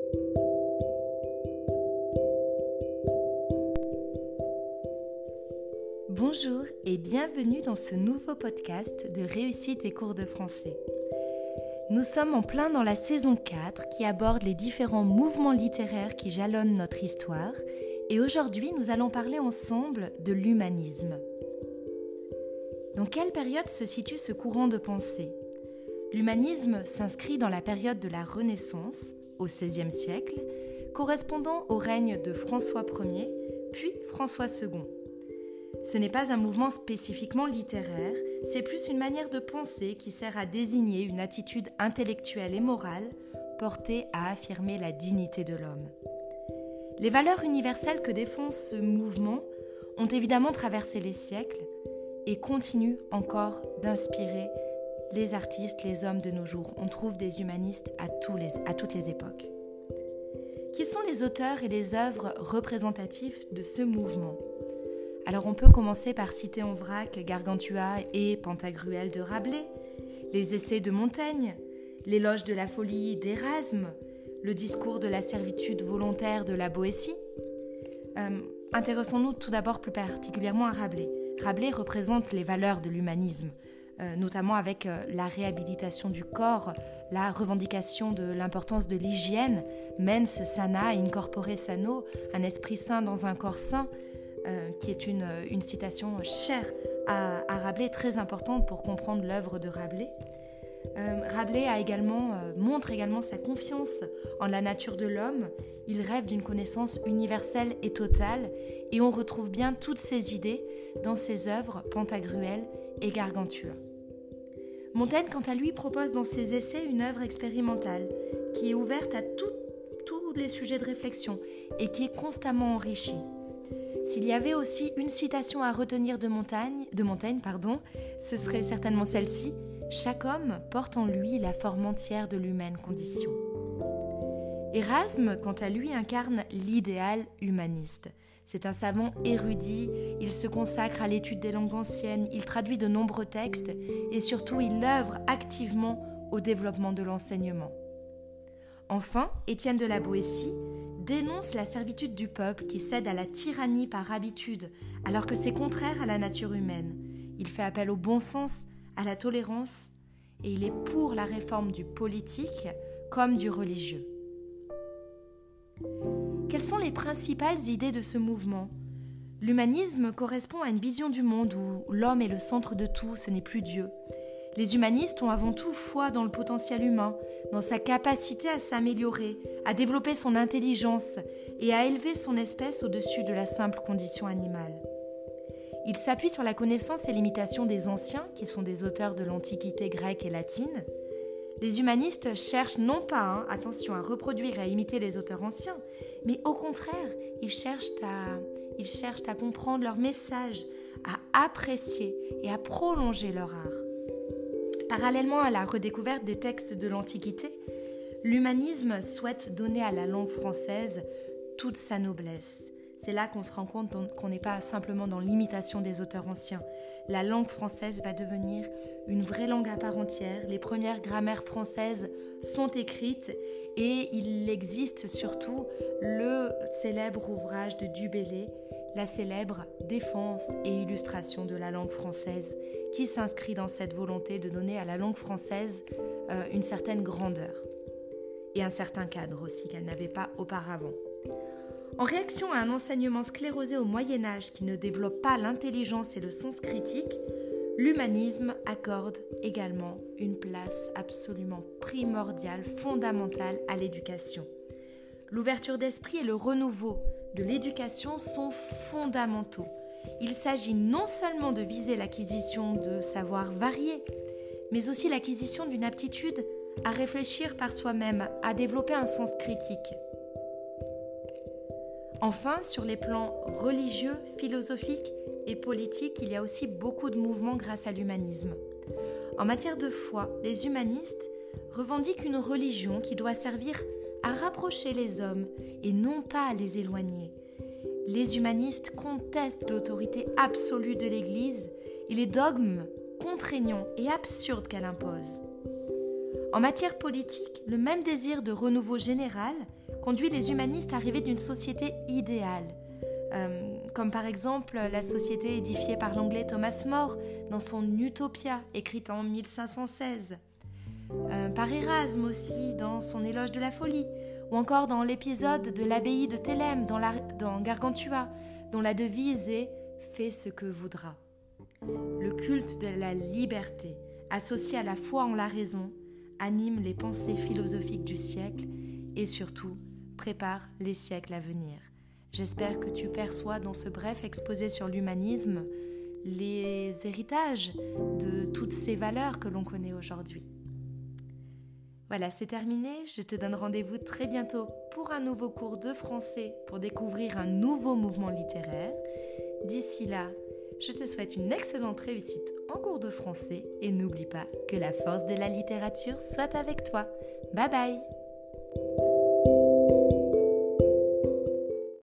Bonjour et bienvenue dans ce nouveau podcast de Réussite et cours de français. Nous sommes en plein dans la saison 4 qui aborde les différents mouvements littéraires qui jalonnent notre histoire et aujourd'hui nous allons parler ensemble de l'humanisme. Dans quelle période se situe ce courant de pensée ? L'humanisme s'inscrit dans la période de la Renaissance, au XVIe siècle, correspondant au règne de François Ier puis François II. Ce n'est pas un mouvement spécifiquement littéraire, c'est plus une manière de penser qui sert à désigner une attitude intellectuelle et morale portée à affirmer la dignité de l'homme. Les valeurs universelles que défend ce mouvement ont évidemment traversé les siècles et continuent encore d'inspirer les artistes, les hommes de nos jours. On trouve des humanistes à toutes les époques. Qui sont les auteurs et les œuvres représentatives de ce mouvement ? Alors on peut commencer par citer en vrac Gargantua et Pantagruel de Rabelais, les essais de Montaigne, l'éloge de la folie d'Érasme, le discours de la servitude volontaire de la Boétie. Intéressons-nous tout d'abord plus particulièrement à Rabelais. Rabelais représente les valeurs de l'humanisme, notamment avec la réhabilitation du corps, la revendication de l'importance de l'hygiène, mens sana in corpore sano, un esprit sain dans un corps sain, qui est une citation chère à Rabelais, très importante pour comprendre l'œuvre de Rabelais. Rabelais montre également sa confiance en la nature de l'homme. Il rêve d'une connaissance universelle et totale, et on retrouve bien toutes ces idées dans ses œuvres Pantagruel et Gargantua. Montaigne, quant à lui, propose dans ses essais une œuvre expérimentale qui est ouverte à tous les sujets de réflexion et qui est constamment enrichie. S'il y avait aussi une citation à retenir de Montaigne, ce serait certainement celle-ci. Chaque homme porte en lui la forme entière de l'humaine condition. Érasme, quant à lui, incarne l'idéal humaniste. C'est un savant érudit, il se consacre à l'étude des langues anciennes, il traduit de nombreux textes et surtout il œuvre activement au développement de l'enseignement. Enfin, Étienne de la Boétie dénonce la servitude du peuple qui cède à la tyrannie par habitude, alors que c'est contraire à la nature humaine. Il fait appel au bon sens, à la tolérance, et il est pour la réforme du politique comme du religieux. Quelles sont les principales idées de ce mouvement ? L'humanisme correspond à une vision du monde où l'homme est le centre de tout, ce n'est plus Dieu. Les humanistes ont avant tout foi dans le potentiel humain, dans sa capacité à s'améliorer, à développer son intelligence et à élever son espèce au-dessus de la simple condition animale. Ils s'appuient sur la connaissance et l'imitation des anciens, qui sont des auteurs de l'Antiquité grecque et latine. Les humanistes cherchent non pas, à reproduire et à imiter les auteurs anciens, mais au contraire, ils cherchent à comprendre leur message, à apprécier et à prolonger leur art. Parallèlement à la redécouverte des textes de l'Antiquité, l'humanisme souhaite donner à la langue française toute sa noblesse. C'est là qu'on se rend compte qu'on n'est pas simplement dans l'imitation des auteurs anciens. La langue française va devenir une vraie langue à part entière. Les premières grammaires françaises sont écrites et il existe surtout le célèbre ouvrage de Du Bellay, la célèbre défense et illustration de la langue française, qui s'inscrit dans cette volonté de donner à la langue française une certaine grandeur et un certain cadre aussi qu'elle n'avait pas auparavant. En réaction à un enseignement sclérosé au Moyen-Âge qui ne développe pas l'intelligence et le sens critique, l'humanisme accorde également une place absolument primordiale, fondamentale à l'éducation. L'ouverture d'esprit et le renouveau de l'éducation sont fondamentaux. Il s'agit non seulement de viser l'acquisition de savoirs variés, mais aussi l'acquisition d'une aptitude à réfléchir par soi-même, à développer un sens critique. Enfin, sur les plans religieux, philosophiques et politiques, il y a aussi beaucoup de mouvements grâce à l'humanisme. En matière de foi, les humanistes revendiquent une religion qui doit servir à rapprocher les hommes et non pas à les éloigner. Les humanistes contestent l'autorité absolue de l'Église et les dogmes contraignants et absurdes qu'elle impose. En matière politique, le même désir de renouveau général conduit les humanistes à rêver d'une société idéale, comme par exemple la société édifiée par l'anglais Thomas More dans son Utopia, écrite en 1516, par Erasme aussi dans son Éloge de la folie, ou encore dans l'épisode de l'abbaye de Thélème dans Gargantua, dont la devise est « Fais ce que voudras ». Le culte de la liberté, associé à la foi en la raison, anime les pensées philosophiques du siècle et surtout prépare les siècles à venir. J'espère que tu perçois dans ce bref exposé sur l'humanisme les héritages de toutes ces valeurs que l'on connaît aujourd'hui. Voilà, c'est terminé. Je te donne rendez-vous très bientôt pour un nouveau cours de français pour découvrir un nouveau mouvement littéraire. D'ici là, je te souhaite une excellente réussite en cours de français et n'oublie pas que la force de la littérature soit avec toi. Bye bye!